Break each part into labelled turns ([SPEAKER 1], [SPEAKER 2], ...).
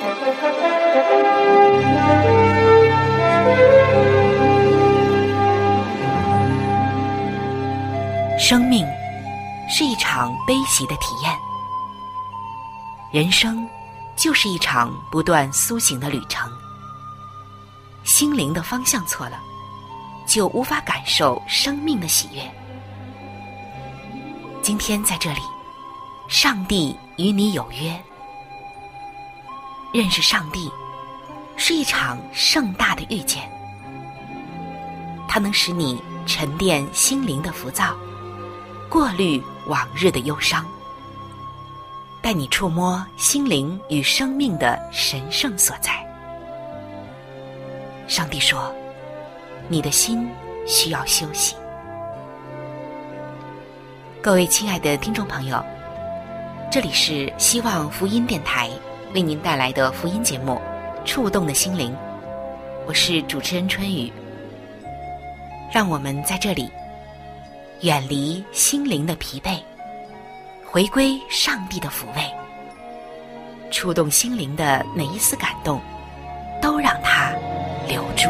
[SPEAKER 1] 生命是一场悲喜的体验，人生就是一场不断苏醒的旅程。心灵的方向错了，就无法感受生命的喜悦。今天在这里，上帝与你有约。认识上帝是一场盛大的遇见，它能使你沉淀心灵的浮躁，过滤往日的忧伤，带你触摸心灵与生命的神圣所在。上帝说，你的心需要休息。各位亲爱的听众朋友，这里是希望福音电台为您带来的福音节目《触动的心灵》，我是主持人春雨。让我们在这里远离心灵的疲惫，回归上帝的抚慰，触动心灵的每一丝感动，都让它留住。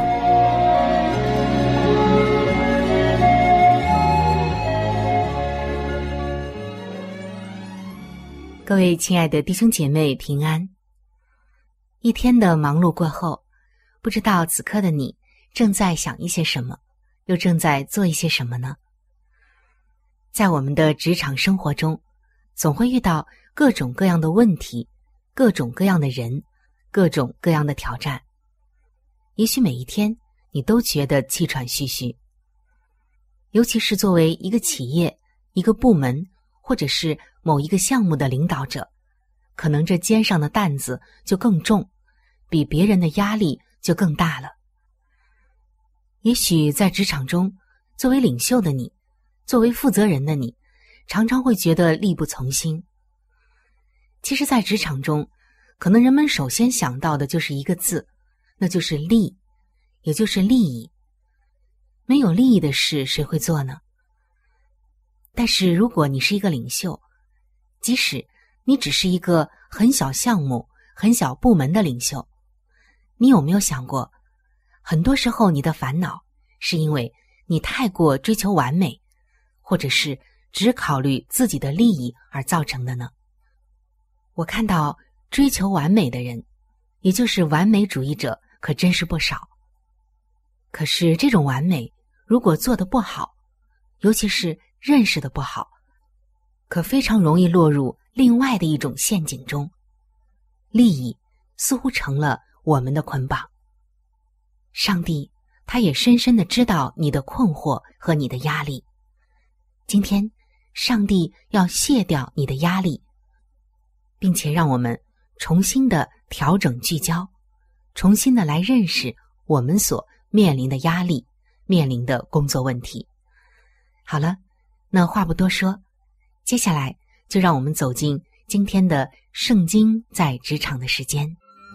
[SPEAKER 1] 各位亲爱的弟兄姐妹平安。一天的忙碌过后，不知道此刻的你正在想一些什么，又正在做一些什么呢？在我们的职场生活中，总会遇到各种各样的问题，各种各样的人，各种各样的挑战。也许每一天你都觉得气喘吁吁，尤其是作为一个企业、一个部门或者是某一个项目的领导者，可能这肩上的担子就更重，比别人的压力就更大了。也许在职场中，作为领袖的你，作为负责人的你，常常会觉得力不从心。其实在职场中，可能人们首先想到的就是一个字，那就是利，也就是利益。没有利益的事谁会做呢？但是如果你是一个领袖，即使你只是一个很小项目、很小部门的领袖，你有没有想过，很多时候你的烦恼是因为你太过追求完美，或者是只考虑自己的利益而造成的呢？我看到追求完美的人，也就是完美主义者，可真是不少。可是这种完美如果做得不好，尤其是认识的不好，可非常容易落入另外的一种陷阱中，利益似乎成了我们的捆绑。上帝他也深深地知道你的困惑和你的压力。今天上帝要卸掉你的压力，并且让我们重新的调整聚焦，重新的来认识我们所面临的压力，面临的工作问题。好了，那话不多说，接下来就让我们走进今天的圣经在职场的时间。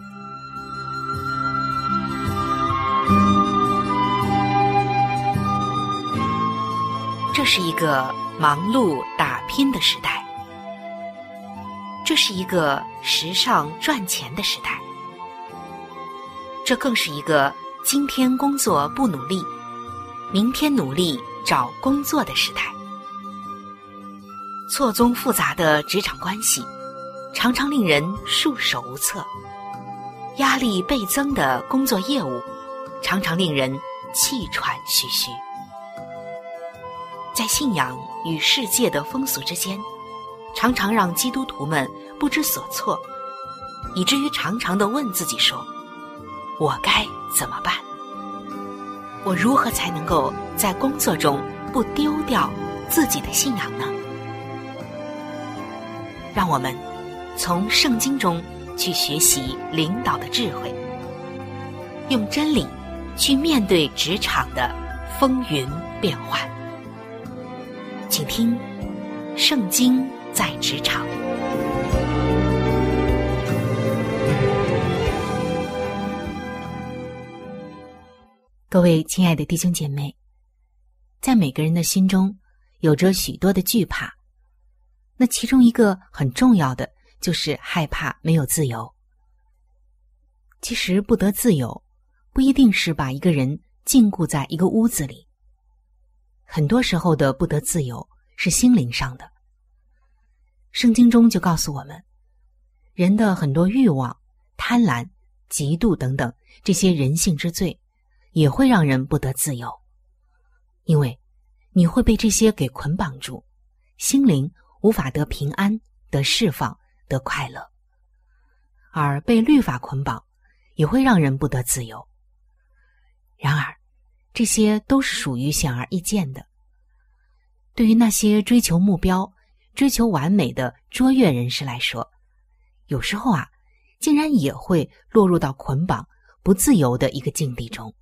[SPEAKER 1] 这是一个忙碌打拼的时代，这是一个时尚赚钱的时代，这更是一个今天工作不努力，明天努力找工作的时代。错综复杂的职场关系常常令人束手无策，压力倍增的工作业务常常令人气喘吁吁。在信仰与世界的风俗之间，常常让基督徒们不知所措，以至于常常地问自己说，我该怎么办？我如何才能够在工作中不丢掉自己的信仰呢？让我们从圣经中去学习领导的智慧，用真理去面对职场的风云变幻。请听圣经在职场。各位亲爱的弟兄姐妹，在每个人的心中有着许多的惧怕，那其中一个很重要的就是害怕没有自由。 其实不得自由，不一定是把一个人禁锢在一个屋子里。很多时候的不得自由是心灵上的。圣经中就告诉我们，人的很多欲望、贪婪、嫉妒等等这些人性之罪，也会让人不得自由。因为你会被这些给捆绑住，心灵无法得平安、得释放、得快乐。而被律法捆绑也会让人不得自由。然而这些都是属于显而易见的。对于那些追求目标、追求完美的卓越人士来说，有时候竟然也会落入到捆绑、不自由的一个境地中。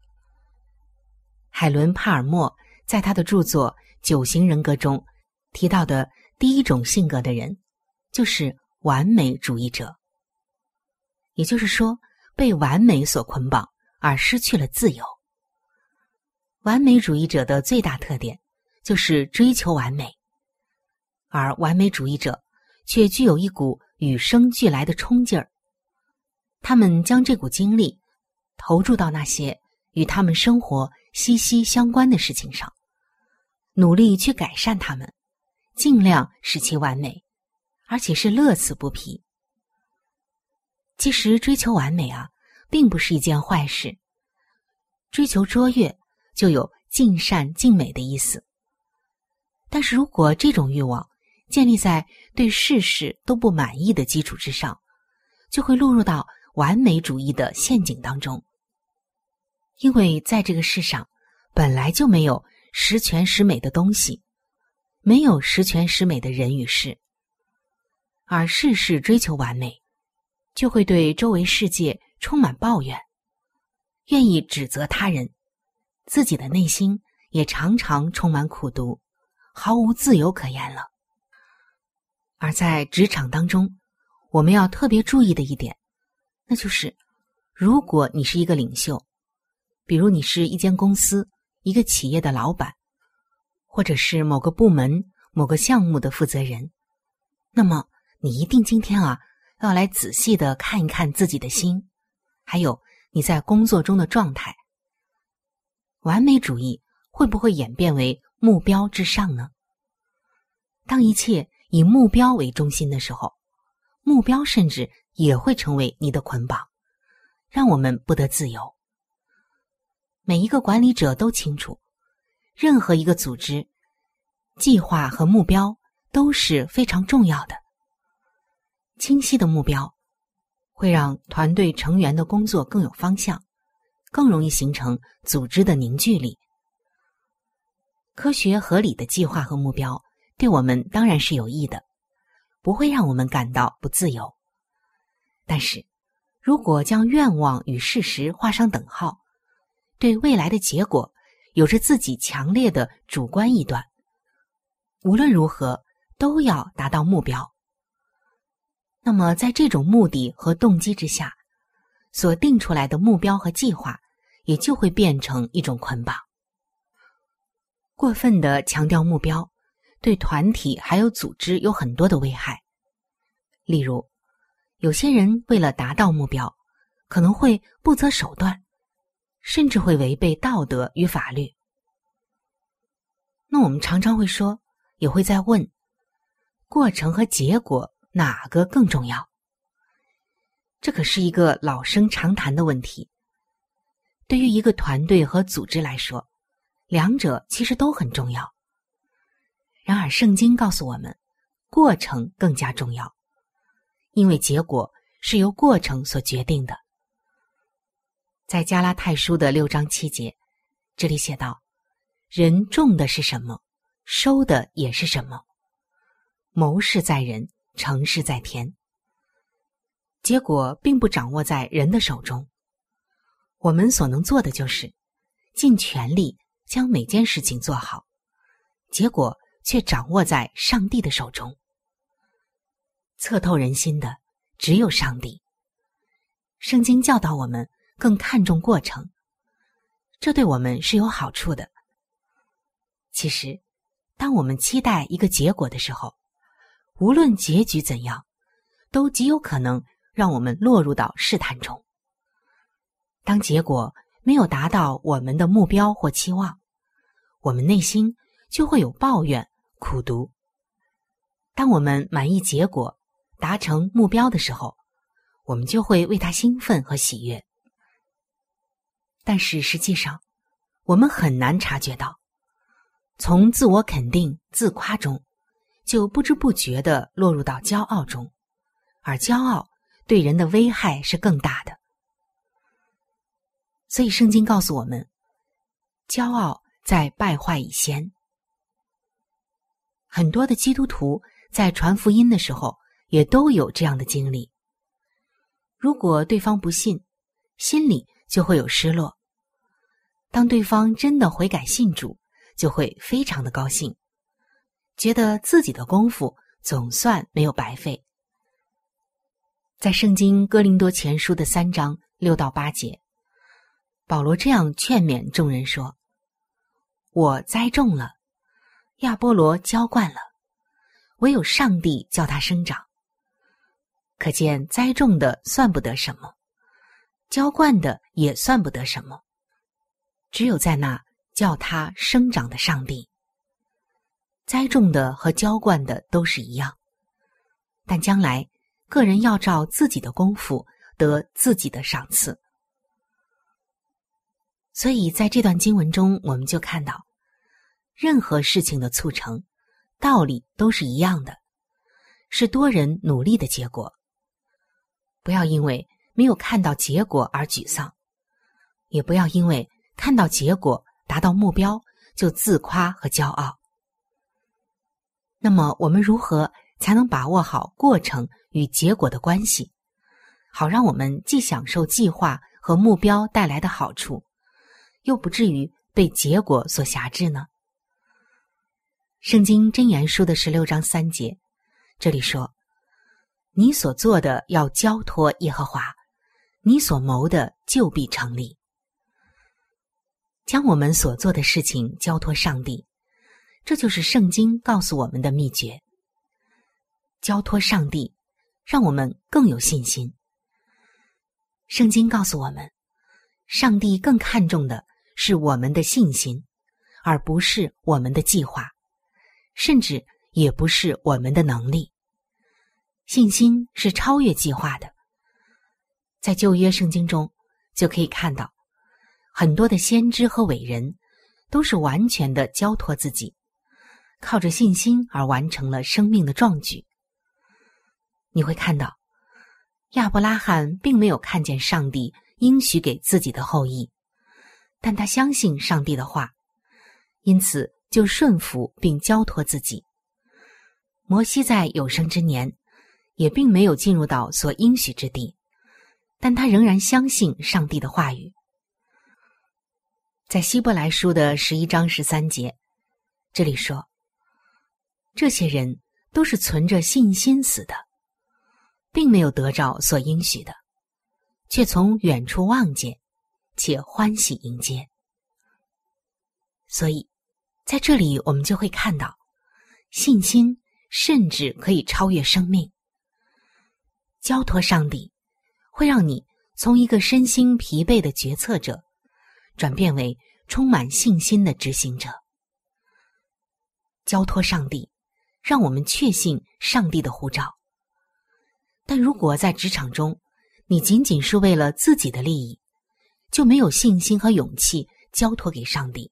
[SPEAKER 1] 海伦·帕尔默在他的著作《九型人格》中提到的第一种性格的人，就是完美主义者。也就是说，被完美所捆绑而失去了自由。完美主义者的最大特点就是追求完美，而完美主义者却具有一股与生俱来的冲劲儿。他们将这股精力投注到那些与他们生活息息相关的事情上，努力去改善它们，尽量使其完美，而且是乐此不疲。其实追求完美并不是一件坏事。追求卓越就有尽善尽美的意思。但是如果这种欲望建立在对事事都不满意的基础之上，就会落入到完美主义的陷阱当中。因为在这个世上本来就没有十全十美的东西，没有十全十美的人与事，而事事追求完美，就会对周围世界充满抱怨，愿意指责他人，自己的内心也常常充满苦毒，毫无自由可言了。而在职场当中，我们要特别注意的一点，那就是如果你是一个领袖，比如你是一间公司、一个企业的老板，或者是某个部门、某个项目的负责人，那么你一定今天要来仔细的看一看自己的心，还有你在工作中的状态。完美主义会不会演变为目标至上呢？当一切以目标为中心的时候，目标甚至也会成为你的捆绑，让我们不得自由。每一个管理者都清楚，任何一个组织，计划和目标都是非常重要的。清晰的目标会让团队成员的工作更有方向，更容易形成组织的凝聚力。科学合理的计划和目标对我们当然是有益的，不会让我们感到不自由。但是如果将愿望与事实画上等号，对未来的结果有着自己强烈的主观臆断，无论如何都要达到目标，那么在这种目的和动机之下，所定出来的目标和计划也就会变成一种捆绑。过分的强调目标，对团体还有组织有很多的危害。例如，有些人为了达到目标，可能会不择手段，甚至会违背道德与法律。那我们常常会说，也会在问，过程和结果哪个更重要？这可是一个老生常谈的问题。对于一个团队和组织来说，两者其实都很重要。然而圣经告诉我们，过程更加重要，因为结果是由过程所决定的。在加拉太书的6章7节，这里写道，人种的是什么，收的也是什么。谋事在人，成事在天。结果并不掌握在人的手中，我们所能做的就是尽全力将每件事情做好，结果却掌握在上帝的手中。测透人心的只有上帝。圣经教导我们更看重过程，这对我们是有好处的。其实，当我们期待一个结果的时候，无论结局怎样，都极有可能让我们落入到试探中。 当结果没有达到我们的目标或期望，我们内心就会有抱怨、苦毒。当我们满意结果、达成目标的时候，我们就会为它兴奋和喜悦。但是实际上，我们很难察觉到，从自我肯定、自夸中，就不知不觉地落入到骄傲中，而骄傲对人的危害是更大的。所以圣经告诉我们，骄傲在败坏以先。很多的基督徒在传福音的时候也都有这样的经历。如果对方不信，心里就会有失落。当对方真的悔改信主，就会非常的高兴，觉得自己的功夫总算没有白费。在圣经哥林多前书的3章6到8节，保罗这样劝勉众人说：我栽种了，亚波罗浇灌了，唯有上帝叫他生长。可见栽种的算不得什么，浇灌的也算不得什么，只有在那叫他生长的上帝。栽种的和浇灌的都是一样，但将来个人要照自己的功夫得自己的赏赐。所以在这段经文中，我们就看到，任何事情的促成，道理都是一样的，是多人努力的结果。不要因为没有看到结果而沮丧，也不要因为看到结果达到目标就自夸和骄傲。那么我们如何才能把握好过程与结果的关系，好让我们既享受计划和目标带来的好处，又不至于被结果所辖制呢？圣经箴言书的16章3节，这里说：你所做的要交托耶和华，你所谋的就必成立。将我们所做的事情交托上帝，这就是圣经告诉我们的秘诀。交托上帝，让我们更有信心。圣经告诉我们，上帝更看重的是我们的信心，而不是我们的计划，甚至也不是我们的能力。信心是超越计划的。在旧约圣经中就可以看到，很多的先知和伟人都是完全的交托自己，靠着信心而完成了生命的壮举。你会看到，亚伯拉罕并没有看见上帝应许给自己的后裔，但他相信上帝的话，因此就顺服并交托自己。摩西在有生之年也并没有进入到所应许之地，但他仍然相信上帝的话语。在希伯来书的11章13节，这里说：这些人都是存着信心死的，并没有得着所应许的，却从远处望见，且欢喜迎接。所以在这里我们就会看到，信心甚至可以超越生命。交托上帝会让你从一个身心疲惫的决策者转变为充满信心的执行者。交托上帝让我们确信上帝的呼召。但如果在职场中你仅仅是为了自己的利益，就没有信心和勇气交托给上帝。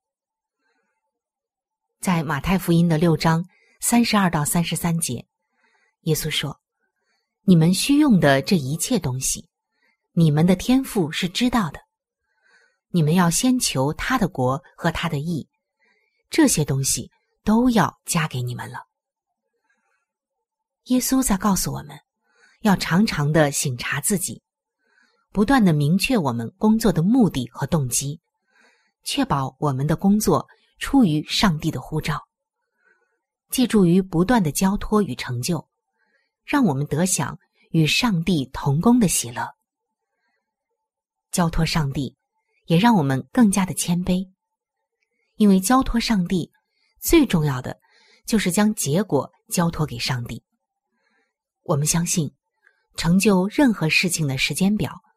[SPEAKER 1] 在马太福音的6章32到33节，耶稣说：你们需用的这一切东西，你们的天父是知道的。你们要先求他的国和他的义，这些东西都要加给你们了。耶稣在告诉我们，要常常的省察自己，不断的明确我们工作的目的和动机，确保我们的工作出于上帝的呼召，借助于不断的交托与成就，让我们得享与上帝同工的喜乐。交托上帝也让我们更加的谦卑，因为交托上帝最重要的就是将结果交托给上帝。我们相信成就任何事情的时间表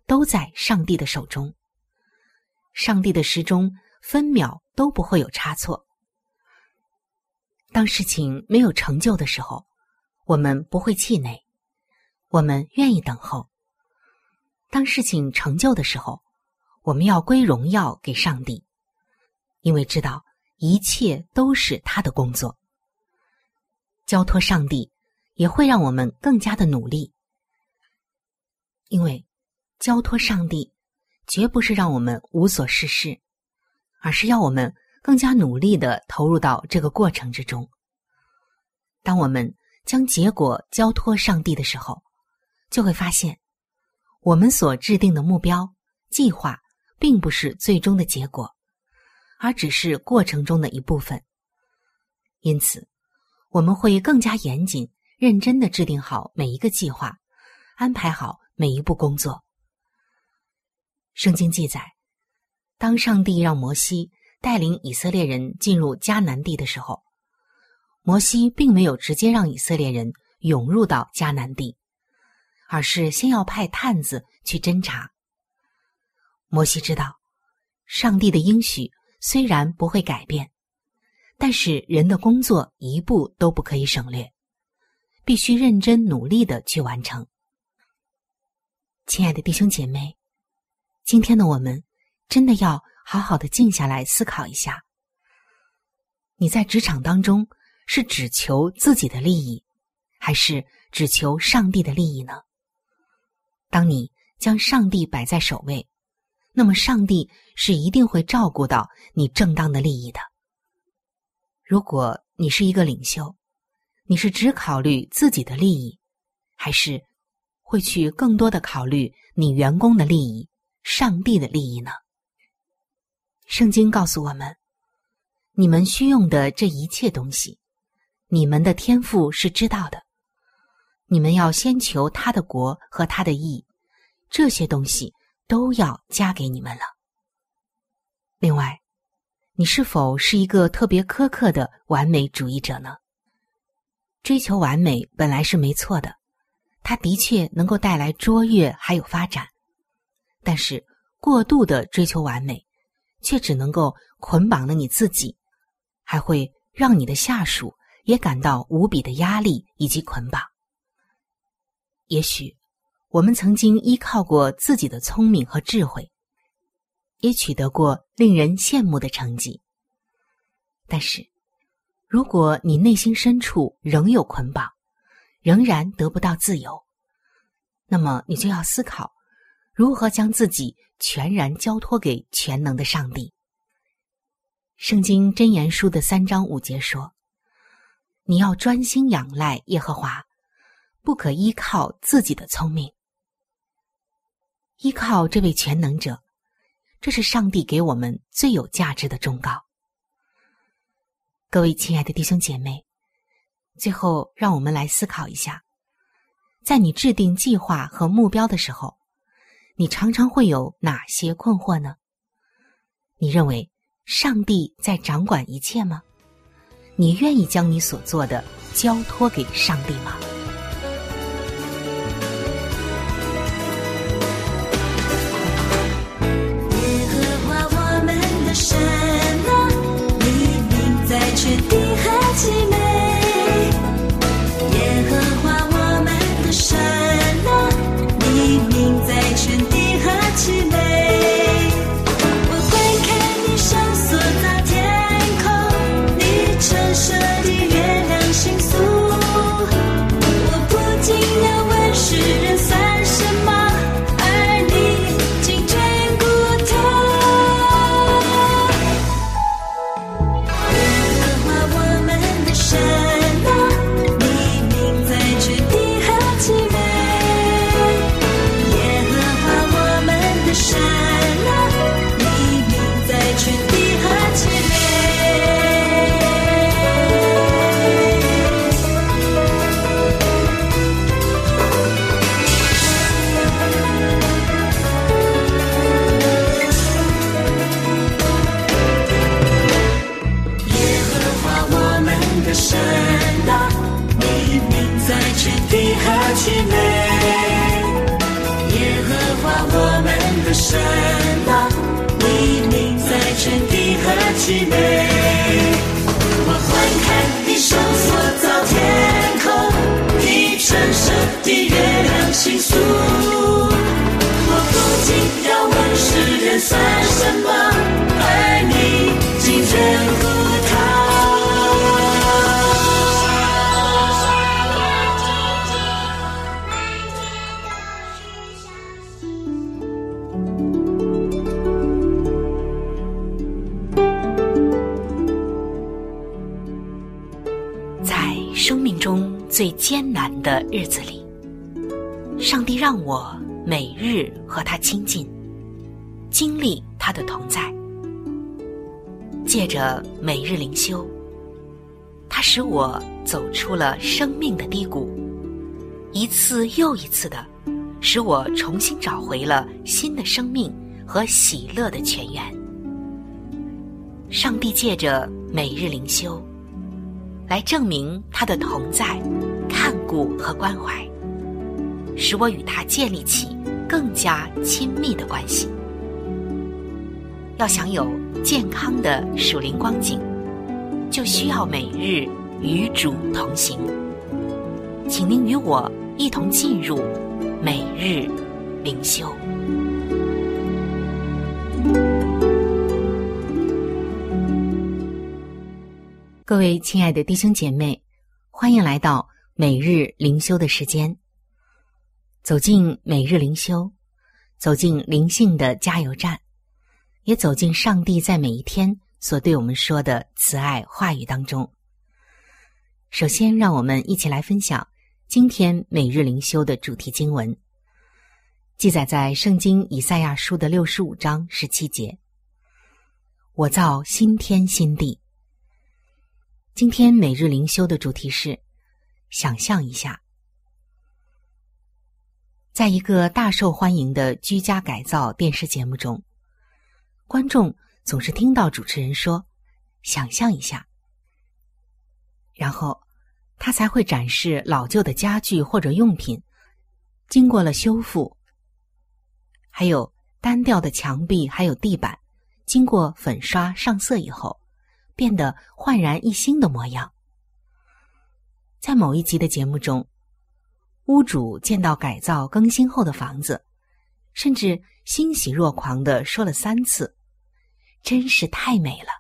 [SPEAKER 1] 都在上帝的手中，上帝的时钟分秒都不会有差错。当事情没有成就的时候，我们不会气馁，我们愿意等候。当事情成就的时候，我们要归荣耀给上帝，因为知道一切都是他的工作。交托上帝也会让我们更加的努力，因为交托上帝绝不是让我们无所事事，而是要我们更加努力地投入到这个过程之中。当我们将结果交托上帝的时候，就会发现我们所制定的目标计划并不是最终的结果，而只是过程中的一部分。因此我们会更加严谨认真地制定好每一个计划，安排好每一步工作。圣经记载，当上帝让摩西带领以色列人进入迦南地的时候，摩西并没有直接让以色列人涌入到迦南地，而是先要派探子去侦查。摩西知道，上帝的应许虽然不会改变，但是人的工作一步都不可以省略，必须认真努力地去完成。亲爱的弟兄姐妹，今天的我们真的要好好的静下来思考一下，你在职场当中是只求自己的利益，还是只求上帝的利益呢？当你将上帝摆在首位，那么上帝是一定会照顾到你正当的利益的。如果你是一个领袖，你是只考虑自己的利益，还是会去更多的考虑你员工的利益、上帝的利益呢？圣经告诉我们，你们需用的这一切东西，你们的天父是知道的。你们要先求他的国和他的义，这些东西都要加给你们了。另外，你是否是一个特别苛刻的完美主义者呢？追求完美本来是没错的，它的确能够带来卓越还有发展，但是过度的追求完美却只能够捆绑了你自己，还会让你的下属也感到无比的压力以及捆绑。也许我们曾经依靠过自己的聪明和智慧，也取得过令人羡慕的成绩，但是如果你内心深处仍有捆绑，仍然得不到自由，那么你就要思考如何将自己全然交托给全能的上帝。圣经箴言书的3章5节说，你要专心仰赖耶和华，不可依靠自己的聪明。依靠这位全能者，这是上帝给我们最有价值的忠告。各位亲爱的弟兄姐妹，最后让我们来思考一下，在你制定计划和目标的时候，你常常会有哪些困惑呢？你认为上帝在掌管一切吗？你愿意将你所做的交托给上帝吗？
[SPEAKER 2] 耶和华我们的神啊，你名在全地何其美！耶和华我们的神啊，你名在全地何其美！我观看你圣所造天空，你陈设的月亮星宿，我不禁要问世人算什么，而你竟眷顾他。耶和华我们的神啊，你名在全地何其美！耶和华我们的神啊，你名在全地何其美！耶和华我们的神啊，你名在全地何其美！耶和华我们的神啊，你名在全地何其美！我观看你手所造天空，你陈设的月亮星宿，我不禁要问世人算什么，而你竟认乎他。
[SPEAKER 1] 生命中最艰难的日子里，上帝让我每日和他亲近，经历他的同在。借着每日灵修，他使我走出了生命的低谷，一次又一次的使我重新找回了新的生命和喜乐的泉源。上帝借着每日灵修来证明他的同在、看顾和关怀，使我与他建立起更加亲密的关系。要享有健康的属灵光景，就需要每日与主同行。请您与我一同进入每日灵修。各位亲爱的弟兄姐妹，欢迎来到每日灵修的时间。走进每日灵修，走进灵性的加油站，也走进上帝在每一天所对我们说的慈爱话语当中。首先，让我们一起来分享今天每日灵修的主题经文，记载在圣经以赛亚书的65章17节。我造新天新地。今天每日灵修的主题是想象一下。在一个大受欢迎的居家改造电视节目中，观众总是听到主持人说想象一下，然后他才会展示老旧的家具或者用品经过了修复，还有单调的墙壁还有地板经过粉刷上色以后变得焕然一新的模样。在某一集的节目中，屋主见到改造更新后的房子，甚至欣喜若狂地说了3次，真是太美了。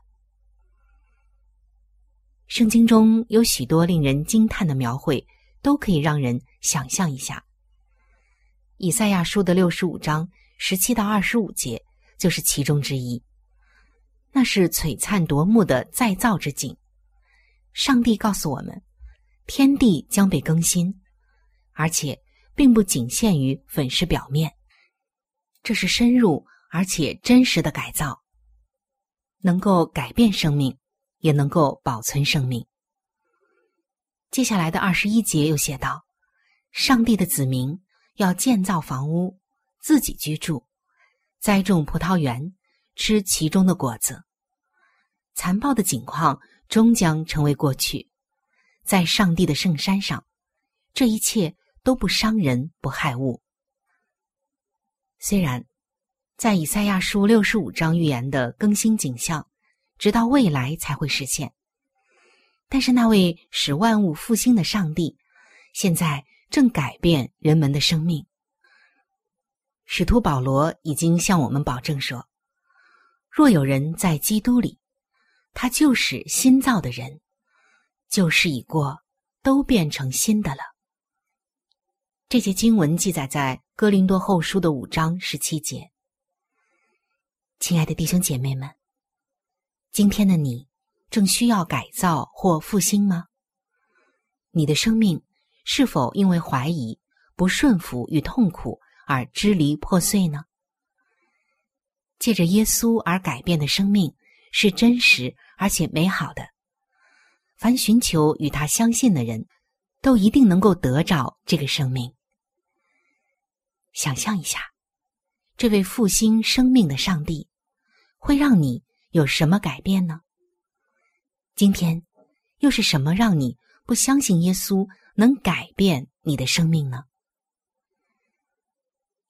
[SPEAKER 1] 圣经中有许多令人惊叹的描绘，都可以让人想象一下。以赛亚书的65章17到25节就是其中之一。那是璀璨夺目的再造之景。上帝告诉我们，天地将被更新，而且并不仅限于粉饰表面，这是深入而且真实的改造，能够改变生命，也能够保存生命。接下来的21节又写道，上帝的子民要建造房屋，自己居住，栽种葡萄园，吃其中的果子。残暴的景况终将成为过去，在上帝的圣山上，这一切都不伤人不害物。虽然在以赛亚书65章预言的更新景象直到未来才会实现，但是那位使万物复兴的上帝现在正改变人们的生命。使徒保罗已经向我们保证说，若有人在基督里，他就是新造的人，旧事已过，都变成新的了。这节经文记载在哥林多后书的5章17节。亲爱的弟兄姐妹们，今天的你正需要改造或复兴吗？你的生命是否因为怀疑、不顺服与痛苦而支离破碎呢？借着耶稣而改变的生命是真实而且美好的，凡寻求与他相信的人都一定能够得着这个生命。想象一下，这位复兴生命的上帝会让你有什么改变呢？今天又是什么让你不相信耶稣能改变你的生命呢？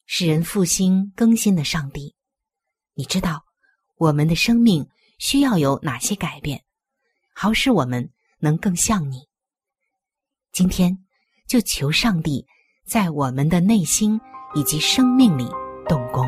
[SPEAKER 1] 使人复兴更新的上帝。你知道我们的生命需要有哪些改变，好使我们能更像你。今天就求上帝在我们的内心以及生命里动工。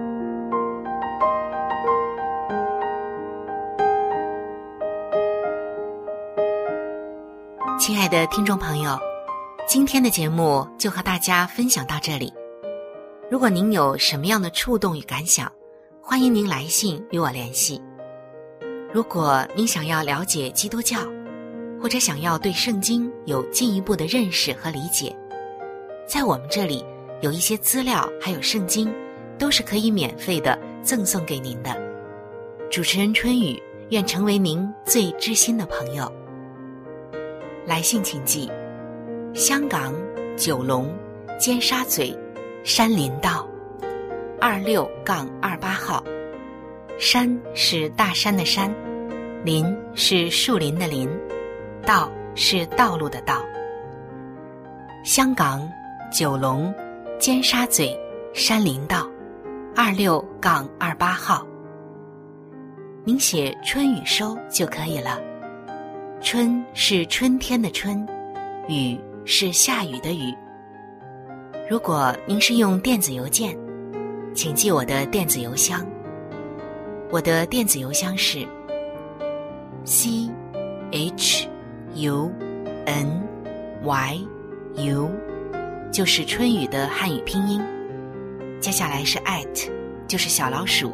[SPEAKER 1] 亲爱的听众朋友，今天的节目就和大家分享到这里。如果您有什么样的触动与感想，欢迎您来信与我联系。如果您想要了解基督教，或者想要对圣经有进一步的认识和理解，在我们这里有一些资料还有圣经都是可以免费的赠送给您的。主持人春雨愿成为您最知心的朋友。来信请寄香港九龙尖沙咀山林道26-28号，山是大山的山，林是树林的林，道是道路的道。香港九龙尖沙咀山林道26-28号。您写春雨收就可以了。春是春天的春，雨是下雨的雨。如果您是用电子邮件，请记我的电子邮箱。我的电子邮箱是 CHUNYU， 就是春雨的汉语拼音，接下来是 @ 就是小老鼠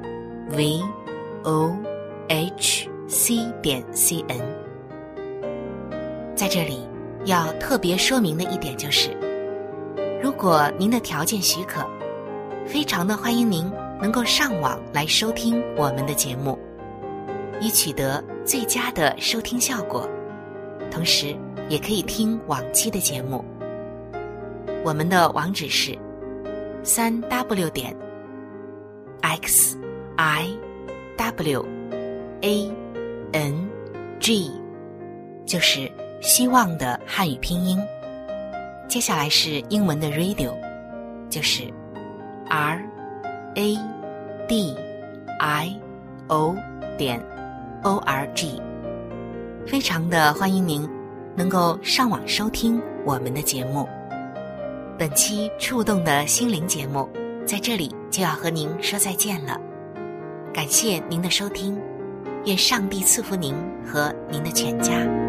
[SPEAKER 1] VOHC.CN。在这里要特别说明的一点就是，如果您的条件许可，非常的欢迎您能够上网来收听我们的节目，以取得最佳的收听效果，同时也可以听往期的节目。我们的网址是 3w.xiwang， 就是希望的汉语拼音，接下来是英文的 radio， 就是 RADIO.org。 非常的欢迎您能够上网收听我们的节目。本期触动的心灵节目在这里就要和您说再见了，感谢您的收听，愿上帝赐福您和您的全家。